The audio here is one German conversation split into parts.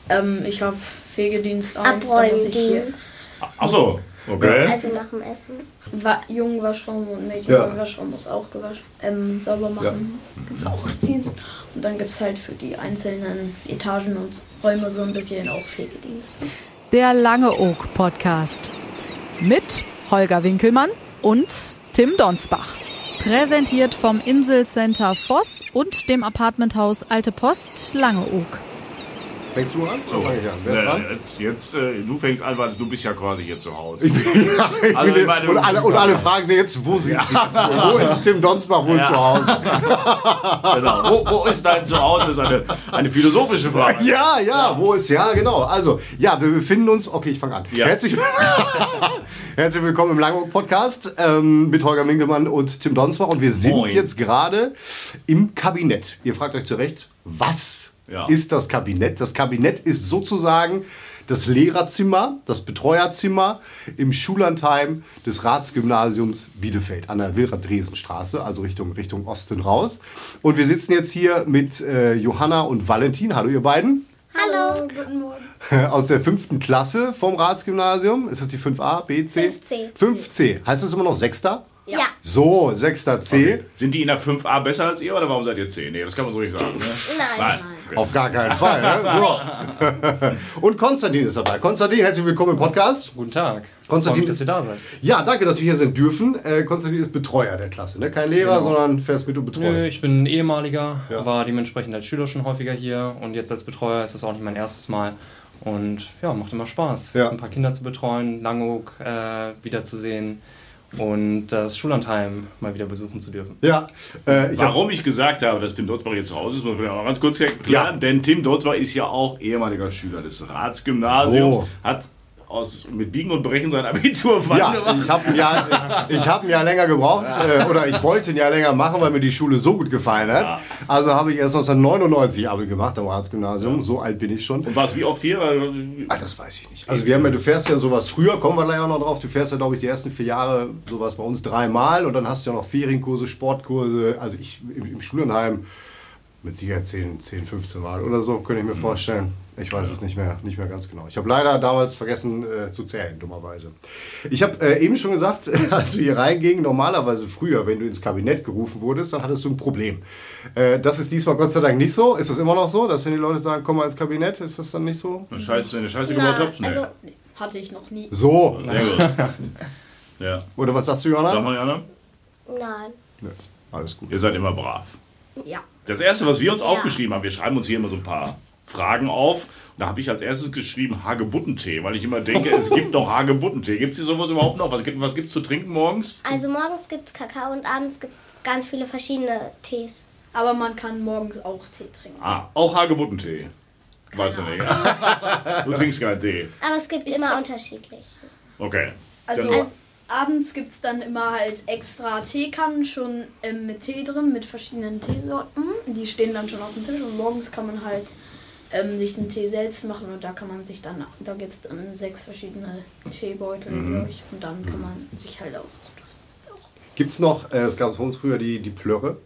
Ich habe Pflegedienst 1. Abräumdienst. Achso, okay. Also nach dem Essen. Jungenwaschraum und Mädchenwaschraum muss auch sauber machen. Gibt's auch Dienst. Und dann gibt es halt für die einzelnen Etagen und Räume so ein bisschen auch Pflegedienst. Der Langeoog Podcast mit Holger Winkelmann und Tim Donsbach. Präsentiert vom Inselcenter Voss und dem Apartmenthaus Alte Post Langeoog. Fängst du an? So, fange ich an. Wer ist dran? Jetzt, du fängst an, weil du bist ja quasi hier zu Hause. Und alle fragen sich jetzt, wo sind sie jetzt? Wo ist Tim Donsbach wohl zu Hause? Genau. Wo ist dein Zuhause? Das ist eine philosophische Frage. Ja, wo ist, ja, genau. Also, ja, wir befinden uns, okay, ich fange an. Ja. Herzlich willkommen im Langeoog-Podcast mit Holger Winkelmann und Tim Donsbach. Und wir sind jetzt gerade im Kabinett. Ihr fragt euch zu Recht, was ist das Kabinett? Das Kabinett ist sozusagen das Lehrerzimmer, das Betreuerzimmer im Schullandheim des Ratsgymnasiums Bielefeld an der Wilrad-Dresen-Straße, also Richtung Osten raus. Und wir sitzen jetzt hier mit Johanna und Valentin. Hallo ihr beiden. Hallo. Guten Morgen. Aus der 5. Klasse vom Ratsgymnasium. Ist das die 5a, B, C? 5C. 5C. Heißt das immer noch 6. Ja. So, 6. C. Okay. Sind die in der 5a besser als ihr oder warum seid ihr 10? Nee, das kann man so nicht sagen. Ne? Nein. Okay. Auf gar keinen Fall. Ne? So. Und Konstantin ist dabei. Konstantin, herzlich willkommen im Podcast. Guten Tag. Konstantin, Freut mich, dass ihr da seid. Ja, danke, dass wir hier sind dürfen. Konstantin ist Betreuer der Klasse, ne? Kein Lehrer, sondern fährst mit und betreust. Nö, ich bin ehemaliger, war dementsprechend als Schüler schon häufiger hier und jetzt als Betreuer ist das auch nicht mein erstes Mal. Und ja, macht immer Spaß, ein paar Kinder zu betreuen, Langeoog wiederzusehen und das Schullandheim mal wieder besuchen zu dürfen. Ja, Warum ich gesagt habe, dass Tim Donsbach jetzt zu Hause ist, muss man auch ganz kurz erklären, denn Tim Donsbach ist ja auch ehemaliger Schüler des Ratsgymnasiums, hat mit Biegen und Brechen sein Abitur gemacht. Ich habe ein Jahr länger gebraucht oder ich wollte ein Jahr länger machen, weil mir die Schule so gut gefallen hat. Ja. Also habe ich erst 1999 Abi gemacht am Ratsgymnasium. Ja. So alt bin ich schon. Und warst wie oft hier? Das weiß ich nicht. Also du fährst ja sowas früher, kommen wir gleich auch noch drauf, du fährst ja glaube ich die ersten 4 Jahre sowas bei uns 3-mal und dann hast du ja noch Ferienkurse, Sportkurse. Also ich im Schullandheim mit Sicherheit 10, 15 Mal oder so, könnte ich mir vorstellen. Ich weiß es nicht mehr ganz genau. Ich habe leider damals vergessen zu zählen, dummerweise. Ich habe eben schon gesagt, als du hier reinging, normalerweise früher, wenn du ins Kabinett gerufen wurdest, dann hattest du ein Problem. Das ist diesmal Gott sei Dank nicht so. Ist das immer noch so, dass wenn die Leute sagen, komm mal ins Kabinett, ist das dann nicht so? Wenn ihr Scheiße gebaut habt? Nee. Also, hatte ich noch nie. So. Sehr gut. Ja. Oder was sagst du, Johanna? Sag mal, Johanna. Nein. Ja, alles gut. Ihr seid immer brav. Ja. Das Erste, was wir uns aufgeschrieben haben, wir schreiben uns hier immer so ein paar Fragen auf. Und da habe ich als erstes geschrieben Hagebuttentee, weil ich immer denke, es gibt noch Hagebuttentee. Gibt es hier sowas überhaupt noch? Was gibt es zu trinken morgens? Also morgens gibt es Kakao und abends gibt es ganz viele verschiedene Tees. Aber man kann morgens auch Tee trinken. Auch Hagebuttentee. Weißt du nicht. Du trinkst keinen Tee. Aber es gibt immer unterschiedlich. Okay. Also abends gibt es dann immer halt extra Teekannen schon mit Tee drin, mit verschiedenen Teesorten. Die stehen dann schon auf dem Tisch und morgens kann man halt sich den Tee selbst machen und da kann man sich dann, da gibt es dann 6 verschiedene Teebeutel, glaube ich, und dann kann man sich halt aussuchen. Das auch. Gibt's noch, es gab bei uns früher die Plörre.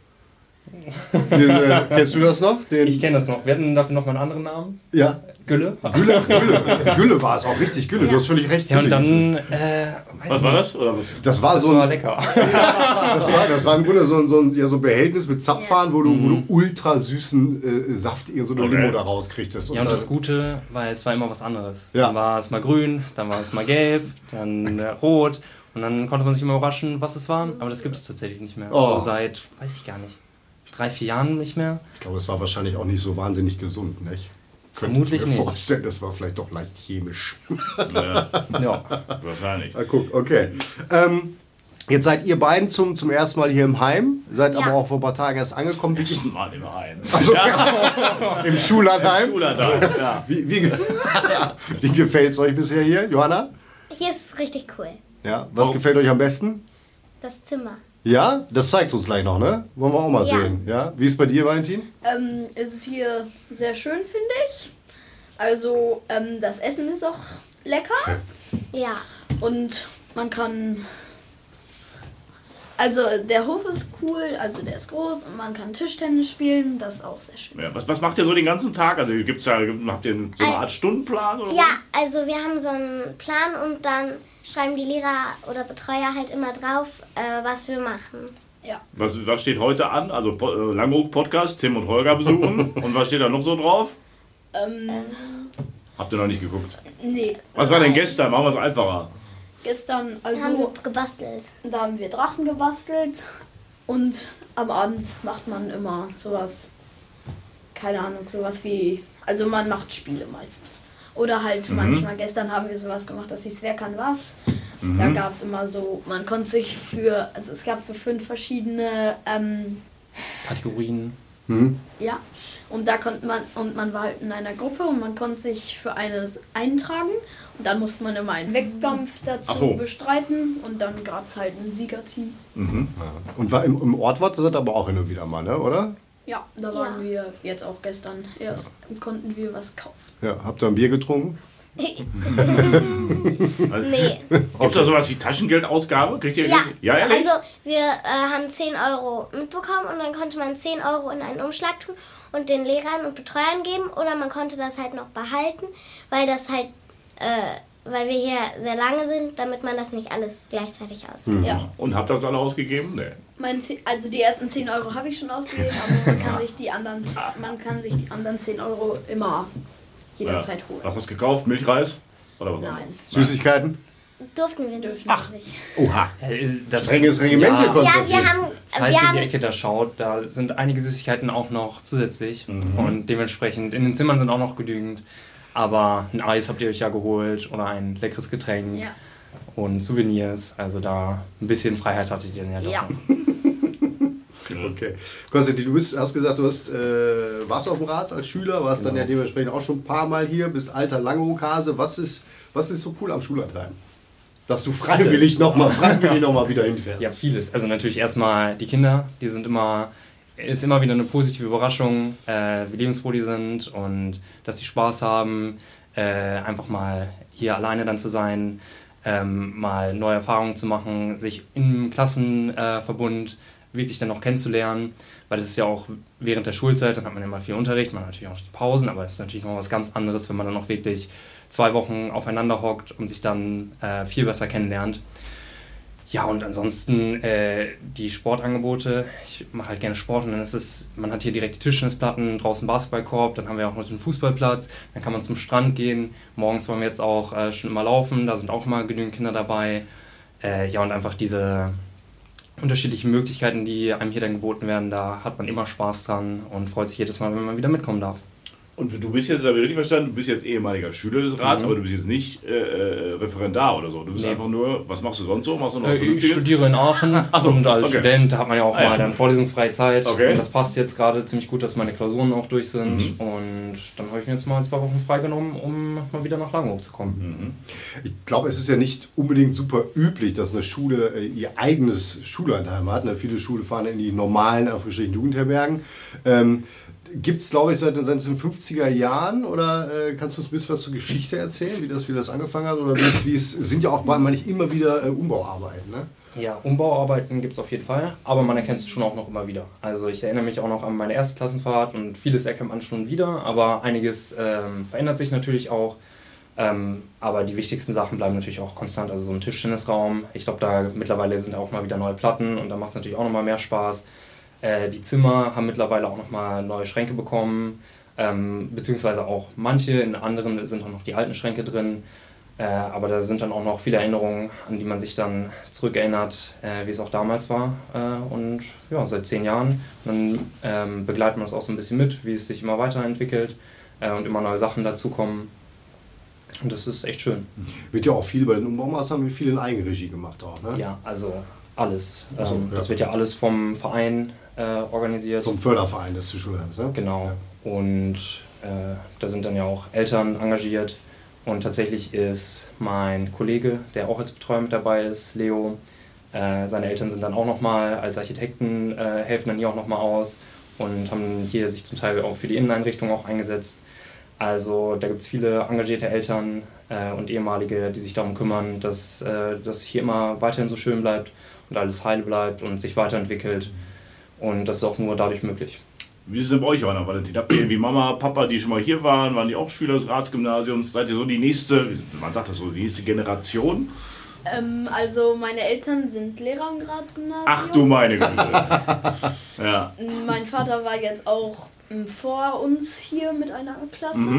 Kennst du das noch? Ich kenne das noch. Wir hatten dafür noch mal einen anderen Namen. Ja. Gülle. Gülle war es auch richtig. Gülle, du hast völlig recht. Ja, und dann, was war das? Oder was? Das war so war lecker. Das war im Grunde so ein Behältnis mit Zapfhahn, wo du ultra süßen Saft in so eine Limo da rauskriegtest. Und das Gute war, es war immer was anderes. Ja. Dann war es mal grün, dann war es mal gelb, dann rot. Und dann konnte man sich immer überraschen, was es war. Aber das gibt es tatsächlich nicht mehr. So seit, weiß ich gar nicht, 3-4 Jahren nicht mehr. Ich glaube, es war wahrscheinlich auch nicht so wahnsinnig gesund, nicht? Vermutlich ich mir nicht. Vorstellen, das war vielleicht doch leicht chemisch. Ja, wahrscheinlich. Guck, okay. Jetzt seid ihr beiden zum ersten Mal hier im Heim, seid aber auch vor ein paar Tagen erst angekommen. Mal im Heim. Also, im Schullandheim. Ja. Wie gefällt es euch bisher hier, Johanna? Hier ist es richtig cool. Ja, was gefällt euch am besten? Das Zimmer. Ja, das zeigt uns gleich noch, ne? Wollen wir auch mal sehen. Ja? Wie ist es bei dir, Valentin? Es ist hier sehr schön, finde ich. Also, das Essen ist auch lecker. Ja. Und man kann Also der Hof ist cool, also der ist groß und man kann Tischtennis spielen, das ist auch sehr schön. Ja, was macht ihr so den ganzen Tag? Also habt ihr so eine Art Stundenplan? Oder Ja, also wir haben so einen Plan und dann schreiben die Lehrer oder Betreuer halt immer drauf, was wir machen. Ja. Was steht heute an? Also Langeoog-Podcast, Tim und Holger besuchen. Und was steht da noch so drauf? Habt ihr noch nicht geguckt? Nee. Was war denn gestern? Machen wir es einfacher. Gestern, Wir haben also, gebastelt. da haben wir Drachen gebastelt und am Abend macht man immer sowas, keine Ahnung, sowas wie, also man macht Spiele meistens. Oder halt manchmal, gestern haben wir sowas gemacht, dass hieß Wer kann was. Da gab es immer so, man konnte sich also es gab so 5 verschiedene Kategorien. Ja, und da konnte man war halt in einer Gruppe und man konnte sich für eines eintragen und dann musste man immer einen Wettkampf dazu bestreiten und dann gab es halt ein Siegerteam. Und war im Ort war das aber auch hin und wieder mal, ne, oder? Ja, da waren wir jetzt auch gestern erst und konnten wir was kaufen. Ja, habt ihr ein Bier getrunken? Nee. Gibt da sowas wie Taschengeldausgabe? Kriegt ihr? Ja, ehrlich? Also wir haben 10 Euro mitbekommen und dann konnte man 10 Euro in einen Umschlag tun und den Lehrern und Betreuern geben oder man konnte das halt noch behalten, weil das halt, weil wir hier sehr lange sind, damit man das nicht alles gleichzeitig ausgibt. Ja. Und habt ihr das alle ausgegeben? Nee. Also die ersten 10 Euro habe ich schon ausgegeben, aber man kann sich die anderen 10 Euro immer jederzeit holen. Hast du was gekauft? Milchreis? Oder was anderes? Nein, Süßigkeiten? Durften wir dürfen nicht. wir nicht. Oha. Das Strenges Regiment hier Ja, konstatiert. wir haben... Falls ihr in die Ecke da schaut, da sind einige Süßigkeiten auch noch zusätzlich und dementsprechend in den Zimmern sind auch noch genügend. Aber ein Eis habt ihr euch ja geholt oder ein leckeres Getränk und Souvenirs. Also da ein bisschen Freiheit hattet ihr dann ja doch. Ja. Okay. Konstantin, du hast gesagt, du warst auf dem Rats als Schüler, warst dann ja dementsprechend auch schon ein paar Mal hier, bist alter Langeoog-Hase. Was ist so cool am Schullandheim? Dass du freiwillig nochmal wieder hinfährst. Ja, vieles. Also natürlich erstmal die Kinder, die sind ist immer wieder eine positive Überraschung, wie lebensfroh die sind und dass sie Spaß haben, einfach mal hier alleine dann zu sein, mal neue Erfahrungen zu machen, sich im Klassenverbund wirklich dann noch kennenzulernen, weil das ist ja auch während der Schulzeit, dann hat man immer viel Unterricht, man hat natürlich auch die Pausen, aber es ist natürlich noch was ganz anderes, wenn man dann noch wirklich 2 Wochen aufeinander hockt und sich dann viel besser kennenlernt. Ja, und ansonsten die Sportangebote. Ich mache halt gerne Sport und dann man hat hier direkt die Tischtennisplatten, draußen Basketballkorb, dann haben wir auch noch den Fußballplatz, dann kann man zum Strand gehen. Morgens wollen wir jetzt auch schon immer laufen, da sind auch immer genügend Kinder dabei. Ja, und einfach diese unterschiedlichen Möglichkeiten, die einem hier dann geboten werden, da hat man immer Spaß dran und freut sich jedes Mal, wenn man wieder mitkommen darf. Und du bist jetzt, habe ich richtig verstanden, du bist jetzt ehemaliger Schüler des Rats, aber du bist jetzt nicht Referendar oder so. Du bist einfach nur, was machst du sonst so? Machst du noch ich studiere in Aachen und als Student hat man ja auch mal dann vorlesungsfreie Zeit. Und das passt jetzt gerade ziemlich gut, dass meine Klausuren auch durch sind. Und dann habe ich mir jetzt mal 2 Wochen freigenommen, um mal wieder nach Langeoog zu kommen. Ich glaube, es ist ja nicht unbedingt super üblich, dass eine Schule ihr eigenes Schullandheim hat. Viele Schulen fahren in die normalen Jugendherbergen. Gibt es, glaube ich, seit den 50er Jahren oder kannst du uns ein bisschen was zur Geschichte erzählen, wie das angefangen hat? Oder wie es sind ja auch manchmal immer wieder Umbauarbeiten, ne? Ja, Umbauarbeiten gibt es auf jeden Fall, aber man erkennt es schon auch noch immer wieder. Also ich erinnere mich auch noch an meine erste Klassenfahrt und vieles erkennt man schon wieder, aber einiges verändert sich natürlich auch. Aber die wichtigsten Sachen bleiben natürlich auch konstant, also so ein Tischtennisraum. Ich glaube, da mittlerweile sind auch mal wieder neue Platten und da macht es natürlich auch nochmal mehr Spaß. Die Zimmer haben mittlerweile auch nochmal neue Schränke bekommen, beziehungsweise auch manche, in anderen sind auch noch die alten Schränke drin. Aber da sind dann auch noch viele Erinnerungen, an die man sich dann zurückerinnert, wie es auch damals war. Und ja, seit 10 Jahren. Dann begleitet man das auch so ein bisschen mit, wie es sich immer weiterentwickelt und immer neue Sachen dazukommen. Und das ist echt schön. Wird ja auch viel bei den Umbaumaßnahmen mit viel in Eigenregie gemacht auch, ne? Ja, also alles. Das wird ja alles vom Verein organisiert. Vom Förderverein des Schulheims, ne? Genau. Ja. Und da sind dann ja auch Eltern engagiert. Und tatsächlich ist mein Kollege, der auch als Betreuer mit dabei ist, Leo, seine Eltern sind dann auch nochmal als Architekten, helfen dann hier auch nochmal aus und haben hier sich zum Teil auch für die Inneneinrichtung auch eingesetzt. Also da gibt es viele engagierte Eltern und ehemalige, die sich darum kümmern, dass das hier immer weiterhin so schön bleibt und alles heil bleibt und sich weiterentwickelt. Und das ist auch nur dadurch möglich. Wie ist es denn bei euch, Johanna Valentin? Habt ihr irgendwie Mama, Papa, die schon mal hier waren die auch Schüler des Ratsgymnasiums? Seid ihr so die nächste, man sagt das so, die nächste Generation? Also meine Eltern sind Lehrer im Ratsgymnasium. Ach du meine Güte. Ja. Mein Vater war jetzt auch vor uns hier mit einer Klasse.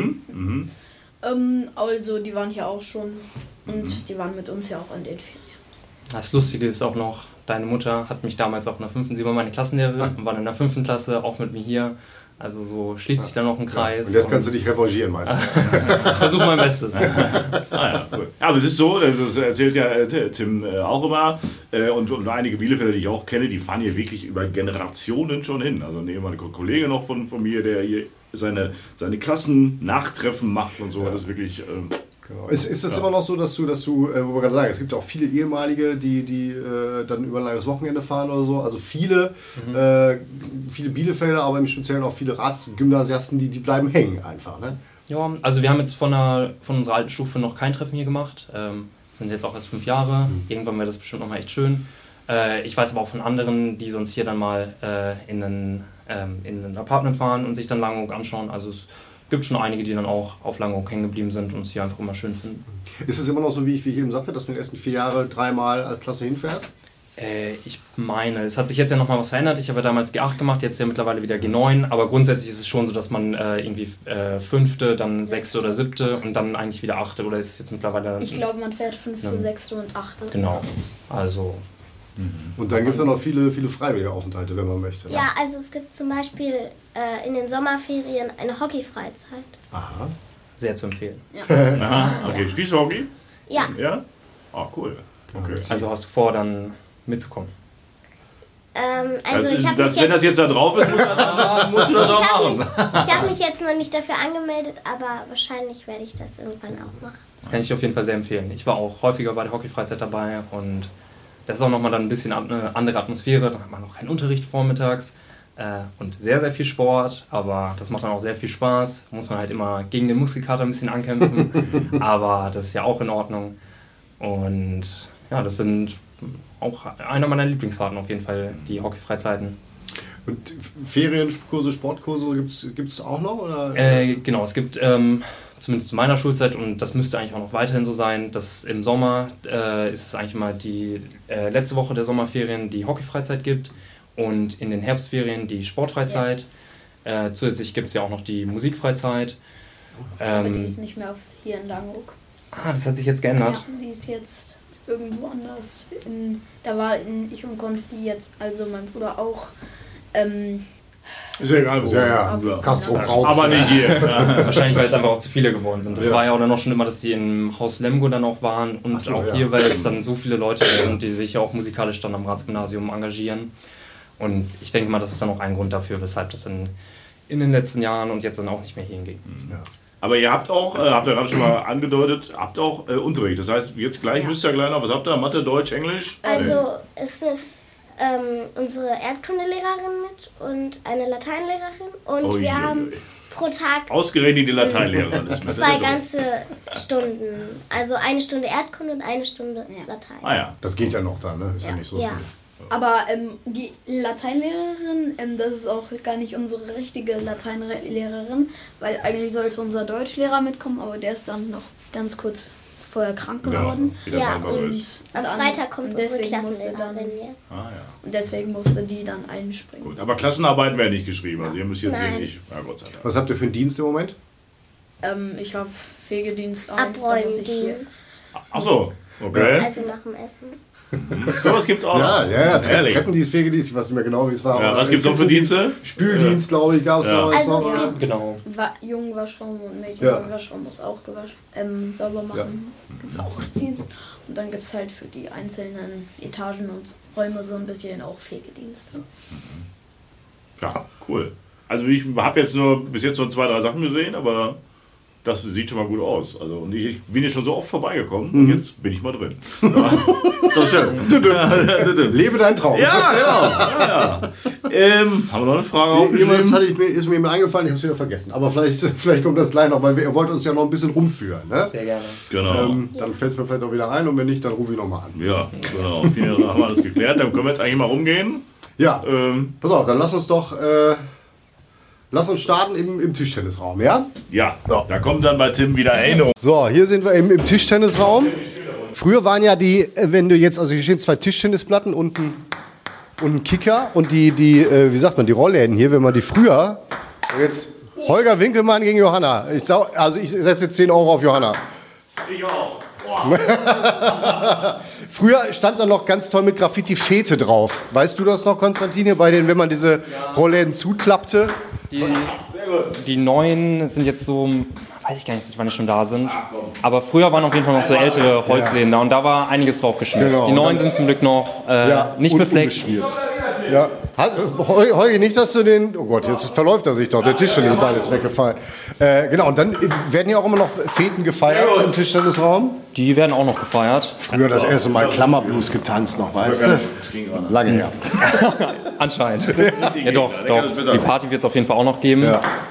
Also die waren hier auch schon und die waren mit uns ja auch in den Ferien. Das Lustige ist auch noch, deine Mutter hat mich damals auch in der 5., sie war meine Klassenlehrerin und war in der 5. Klasse auch mit mir hier. Also so schließt sich dann noch ein Kreis. Und jetzt kannst du dich revanchieren, meinst du? Ich versuche mein Bestes. Ja, cool. Aber es ist so, das erzählt ja Tim auch immer, und einige Bielefelder, die ich auch kenne, die fahren hier wirklich über Generationen schon hin. Also ein ehemaliger Kollege noch von mir, der hier seine Klassen-Nachtreffen macht und so. Das ist wirklich... Genau. Ist das immer noch so, dass du wo wir gerade sagen, es gibt auch viele ehemalige, die dann über ein langes Wochenende fahren oder so, also viele Bielefelder, aber im Speziellen auch viele Ratsgymnasiasten, die bleiben hängen einfach, ne? Ja, also wir haben jetzt von unserer alten Stufe noch kein Treffen hier gemacht, sind jetzt auch erst 5 Jahre, irgendwann wäre das bestimmt nochmal echt schön. Ich weiß aber auch von anderen, die sonst hier dann mal in ein Apartment fahren und sich dann Langeoog anschauen, also es gibt schon einige, die dann auch auf Langeoog hängen geblieben sind und es hier einfach immer schön finden. Ist es immer noch so, wie ich eben sagte, dass man die ersten 4 Jahre 3-mal als Klasse hinfährt? Ich meine, es hat sich jetzt ja nochmal was verändert. Ich habe ja damals G8 gemacht, jetzt ja mittlerweile wieder G9, aber grundsätzlich ist es schon so, dass man irgendwie 5., dann 6. oder 7. und dann eigentlich wieder 8. oder ist es jetzt mittlerweile... Ich glaube, man fährt 5., 6. und 8. Genau, also... Und dann gibt es ja noch viele freiwillige Aufenthalte, wenn man möchte. Ne? Ja, also es gibt zum Beispiel in den Sommerferien eine Hockeyfreizeit. Aha. Sehr zu empfehlen. Ja. Aha, okay. Spielst du Hockey? Ja. Ja? Oh, cool. Okay. Also hast du vor, dann mitzukommen? Also ich habe mich wenn das jetzt da drauf ist, musst du das auch machen. Ich habe mich jetzt noch nicht dafür angemeldet, aber wahrscheinlich werde ich das irgendwann auch machen. Das kann ich auf jeden Fall sehr empfehlen. Ich war auch häufiger bei der Hockeyfreizeit dabei und das ist auch nochmal dann ein bisschen eine andere Atmosphäre. Dann hat man noch keinen Unterricht vormittags und sehr, sehr viel Sport, aber das macht dann auch sehr viel Spaß. Muss man halt immer gegen den Muskelkater ein bisschen ankämpfen, aber das ist ja auch in Ordnung. Und ja, das sind auch einer meiner Lieblingsfahrten auf jeden Fall, die Hockeyfreizeiten. Und Ferienkurse, Sportkurse gibt es auch noch? Oder? Genau, es gibt zumindest zu meiner Schulzeit, und das müsste eigentlich auch noch weiterhin so sein, dass im Sommer ist es eigentlich mal die letzte Woche der Sommerferien die Hockeyfreizeit gibt und in den Herbstferien die Sportfreizeit. Ja. Zusätzlich gibt es ja auch noch die Musikfreizeit. Aber die ist nicht mehr hier in Langeoog. Das hat sich jetzt geändert. Ja, die ist jetzt irgendwo anders. Da war ich und Konsti jetzt, also mein Bruder auch. Ist ja egal, wo. Ja. Castro Brauch. Aber nicht hier. Ja. Wahrscheinlich, weil es einfach auch zu viele geworden sind. Das war ja auch dann noch schon immer, dass die im Haus Lemgo dann auch waren und so, auch hier, weil es dann so viele Leute sind, die sich ja auch musikalisch dann am Ratsgymnasium engagieren. Und ich denke mal, das ist dann auch ein Grund dafür, weshalb das in den letzten Jahren und jetzt dann auch nicht mehr hinging. Ja. Aber ihr habt auch, habt ihr gerade schon mal angedeutet, habt auch Unterricht. Das heißt, jetzt gleich wisst ihr gleich noch, was habt ihr? Mathe, Deutsch, Englisch? Also es ist unsere Erdkundelehrerin mit und eine Lateinlehrerin und wir haben pro Tag ausgerechnet die Lateinlehrerin ist mit. 2 ganze Stunden. Also 1 Stunde Erdkunde und 1 Stunde Latein. Ah ja. Das geht ja noch dann, ne? Ist ja nicht so viel. Aber die Lateinlehrerin, das ist auch gar nicht unsere richtige Lateinlehrerin, weil eigentlich sollte unser Deutschlehrer mitkommen, aber der ist dann noch ganz kurz vorher krank geworden. Ja, und am Freitag kommt unsere Klassenlehrerin hier. Und deswegen musste die dann einspringen. Gut, aber Klassenarbeiten werden nicht geschrieben, also ihr müsst jetzt hier nicht. Ja, Gott sei Dank. Was habt ihr für einen Dienst im Moment? Ich habe Pflegedienst 1, aber ich hier. Achso, okay. Also nach dem Essen. Was gibt's auch noch? Ja, Treppendienst, Pflegedienst, ich weiß nicht mehr genau, wie es war. Ja, was gibt's noch für Dienste? Spüldienst, glaube ich, gab es noch. Also es gibt genau. Jungwaschraum und Mädchenwaschraum muss auch sauber machen. Gibt's auch Dienst. Und dann gibt es halt für die einzelnen Etagen und Räume so ein bisschen auch Pflegedienste. Ja, cool. Also ich habe jetzt bis jetzt nur 2, 3 Sachen gesehen, aber das sieht schon mal gut aus. Also, und ich bin jetzt schon so oft vorbeigekommen und jetzt bin ich mal drin. Ja. So schön. Lebe dein Traum. Ja, genau. Ja. Haben wir noch eine Frage aufgeschrieben? Ist mir eingefallen, ich habe es wieder vergessen. Aber vielleicht kommt das gleich noch, weil ihr wollt uns ja noch ein bisschen rumführen. Ne? Sehr gerne. Genau. Dann fällt es mir vielleicht auch wieder ein und wenn nicht, dann rufe ich nochmal an. Ja, genau. Vielen Dank, haben wir alles geklärt. Dann können wir jetzt eigentlich mal rumgehen. Ja, pass auf, dann lass uns starten im Tischtennisraum, ja? Ja, da kommt dann bei Tim wieder Erinnerung. So, hier sind wir im Tischtennisraum. Früher waren ja hier stehen 2 Tischtennisplatten und ein Kicker und die die Rollläden hier, wenn man die früher, jetzt Holger Winkelmann gegen Johanna. Ich setze jetzt 10 Euro auf Johanna. Ich auch. Früher stand da noch ganz toll mit Graffiti Fete drauf. Weißt du das noch, Konstantin, wenn man diese Rollläden zuklappte? Die neuen sind jetzt so, weiß ich gar nicht, wann die schon da sind. Aber früher waren auf jeden Fall noch so ältere Holzläden da und da war einiges drauf geschmiert. Genau. Die neuen sind zum Glück noch nicht befleckt. Ja. Holger, nicht, dass du oh Gott, jetzt verläuft er sich doch, der Tischtennisball ist weggefallen. Genau, und dann werden ja auch immer noch Feten gefeiert im Tischtennisraum. Die werden auch noch gefeiert. Früher das erste Mal Klammerblues getanzt noch, weißt du? Lange her. Anscheinend. Ja doch. Die Party wird es auf jeden Fall auch noch geben.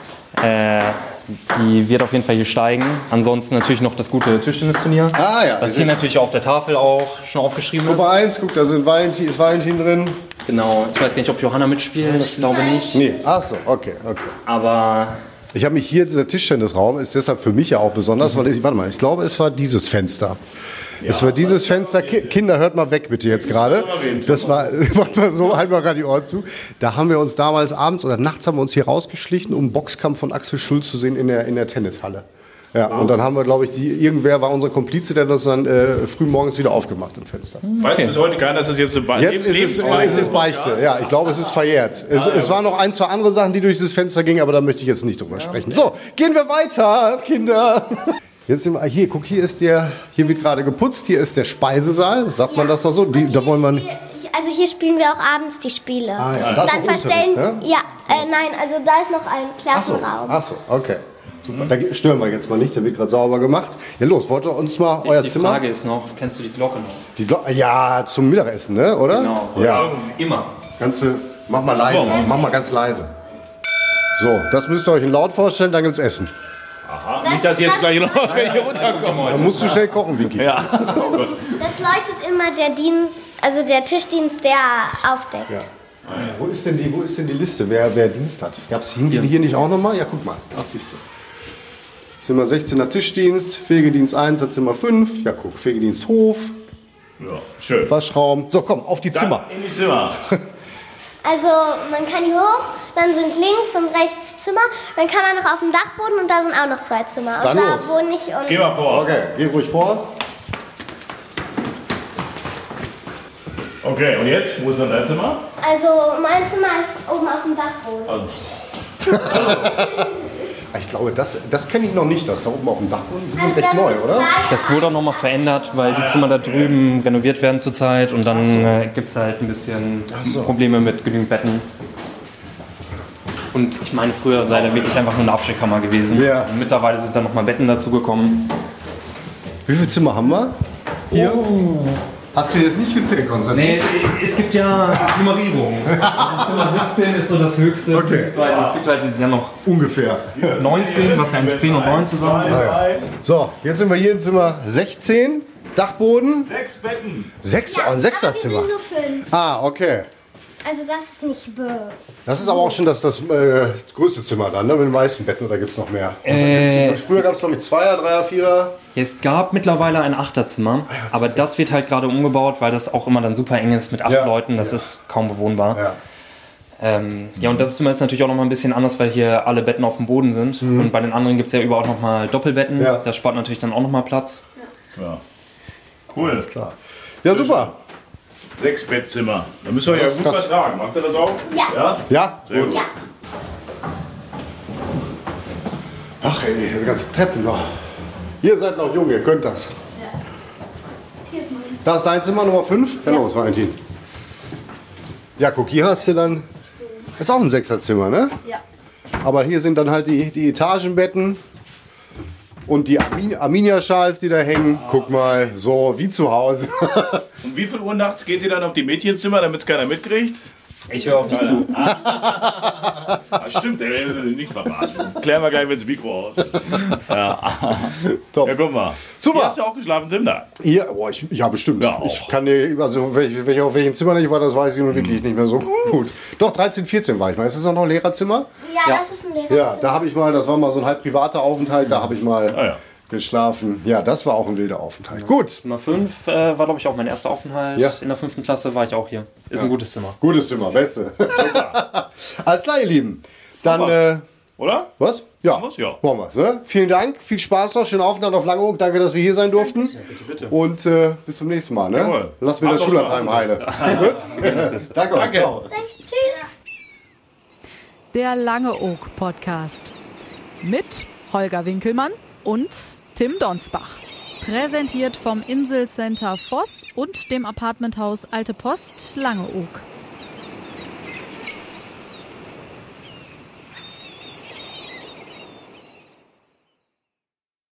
Ja. Die wird auf jeden Fall hier steigen. Ansonsten natürlich noch das gute Tischtennisturnier. Ah ja. Das hier natürlich auf der Tafel auch schon aufgeschrieben ist. Nummer 1, guck, da ist Valentin drin. Genau. Ich weiß gar nicht, ob Johanna mitspielt. Ich glaube nicht. Nee, ach so, okay. Aber ich habe mich hier, dieser Tischtennisraum ist deshalb für mich ja auch besonders, weil ich glaube, es war dieses Fenster. Es war dieses Fenster, Kinder, hört mal weg bitte jetzt gerade. Das war, macht mal so, halt mal gerade die Ohren zu. Da haben wir uns damals abends oder nachts haben wir uns hier rausgeschlichen, um einen Boxkampf von Axel Schulz zu sehen in der Tennishalle. Ja, und dann haben wir, glaube ich, irgendwer war unser Komplize, der das dann früh morgens wieder aufgemacht im Fenster. Weißt du bis heute keiner, dass das jetzt eine Jetzt ist es Beichte. Ja, ich glaube, es ist verjährt. Es waren noch 1, 2 andere Sachen, die durch das Fenster gingen, aber da möchte ich jetzt nicht drüber sprechen. So, gehen wir weiter, Kinder. Jetzt sind wir, hier, guck, hier wird gerade geputzt, hier ist der Speisesaal, sagt man das noch so? Da wollen wir Also hier spielen wir auch abends die Spiele. Ah, ja. Da ist dann noch Unterricht, ne? Nein, also da ist noch ein Klassenraum. Ach so, okay. Super. Da stören wir jetzt mal nicht, der wird gerade sauber gemacht. Ja los, wollt ihr uns mal euer Zimmer? Die Frage ist noch, kennst du die Glocke noch? Die Glocke, ja, zum Mittagessen, ne, oder? Genau. Ja. Immer. Mach mal leise, mach mal ganz leise. So, das müsst ihr euch in laut vorstellen, dann gibt's Essen. Aha, nicht, dass jetzt gleich noch welche runterkommen. Dann musst du schnell kochen, Winky. Ja. Oh Gott. Das läutet immer der Tischdienst, der aufdeckt. Ja. Wo ist denn die Liste, wer Dienst hat? Gab's hier nicht auch nochmal? Ja, guck mal, das siehst du. Zimmer 16er Tischdienst, Fegedienst 1 hat Zimmer 5. Ja, guck, Fegedienst Hof. Ja, schön. Waschraum. So, komm, auf die Zimmer. In die Zimmer. Also man kann hier hoch, dann sind links und rechts Zimmer, dann kann man noch auf dem Dachboden und da sind auch noch 2 Zimmer. Und dann da los. wohne ich und Geh mal vor. Okay, geh ruhig vor. Okay, und jetzt? Wo ist dann dein Zimmer? also mein Zimmer ist oben auf dem Dachboden. Ich glaube, das kenne ich noch nicht, das da oben auf dem Dachboden. Die sind recht neu, oder? Das wurde auch nochmal verändert, weil die Zimmer da drüben renoviert werden zurzeit und dann gibt es halt ein bisschen Probleme mit genügend Betten. Und ich meine, früher sei da wirklich einfach nur eine Abstellkammer gewesen. Ja. Und mittlerweile sind dann nochmal Betten dazugekommen. Wie viele Zimmer haben wir? Hier? Hast du jetzt nicht gezählt, Konstantin? Nee, es gibt ja Nummerierung. Also Zimmer 17 ist so das höchste, Okay. beziehungsweise es gibt halt ja noch Ungefähr. 19, was ja eigentlich 10 und 9 zusammen ist. So, jetzt sind wir hier in Zimmer 16. Dachboden. 6 Betten. 6, ein aber wir Sechserzimmer. sind nur 5. Ah, okay. Also das ist nicht böse. Das ist aber auch schon das größte Zimmer dann, ne? Mit den meisten Betten, oder gibt es noch mehr? Früher gab es, glaube ich, 2er, 3er, 4er. Es gab mittlerweile ein Achterzimmer, aber das wird halt gerade umgebaut, weil das auch immer dann super eng ist mit 8 Ja. Leuten. Das ist kaum bewohnbar. Ja. Ja, und das Zimmer ist natürlich auch noch mal ein bisschen anders, weil hier alle Betten auf dem Boden sind. Und bei den anderen gibt es ja überall noch mal Doppelbetten. Ja. Das spart natürlich dann auch noch mal Platz. Ja. Cool. Alles klar. Ja, super. 6 Bettzimmer. Da müssen wir ja Das ist gut krass. vertragen. Macht ihr das auch? Ja. Ja? Sehr gut. Ja. Ach ey, diese ganzen Treppen noch. Ihr seid noch jung, ihr könnt das. Hier ist meins. Da ist dein Zimmer Nummer 5. Ja, los, Valentin. Ja, guck, hier hast du dann... Ist auch ein Sechserzimmer, ne? Ja. Aber hier sind dann halt die Etagenbetten. Und die Arminia-Schals, die da hängen, guck mal, so wie zu Hause. Um wie viel Uhr nachts geht ihr dann auf die Mädchenzimmer, damit es keiner mitkriegt? Ich höre auch nicht zu. Stimmt, der will nicht verraten. Klären wir gleich, wenn das Mikro aus ist. Ja. Top. Ja, guck mal. Super. Hier hast du auch geschlafen, Tim, da? Hier, ja, bestimmt. Ja, ich kann dir, also auf welchem Zimmer ich war, das weiß ich nun wirklich nicht mehr so gut. Doch, 13, 14 war ich mal. Ist das auch noch ein Lehrerzimmer? Ja, das ist ein Lehrerzimmer. Ja, da habe ich mal, das war mal so ein halb privater Aufenthalt, da habe ich mal geschlafen. Ja, das war auch ein wilder Aufenthalt. Gut. Zimmer 5 war, glaube ich, auch mein erster Aufenthalt. Ja. In der 5. Klasse war ich auch hier. Ist ein gutes Zimmer. Gutes Zimmer, beste. Alles klar, ihr Lieben. Dann, oder? Was? Ja. Ja. Machen wir's, ne? Vielen Dank, viel Spaß noch, schönen Aufenthalt auf Langeoog. Danke, dass wir hier sein durften. Ja, bitte. Und bis zum nächsten Mal, ne? Jawohl. Lass mir das Schullandheim heile. Gut? Danke. Danke. Ciao. Tschüss. Der Langeoog-Podcast. Mit Holger Winkelmann und Tim Donsbach. Präsentiert vom Inselcenter Voss und dem Apartmenthaus Alte Post Langeoog.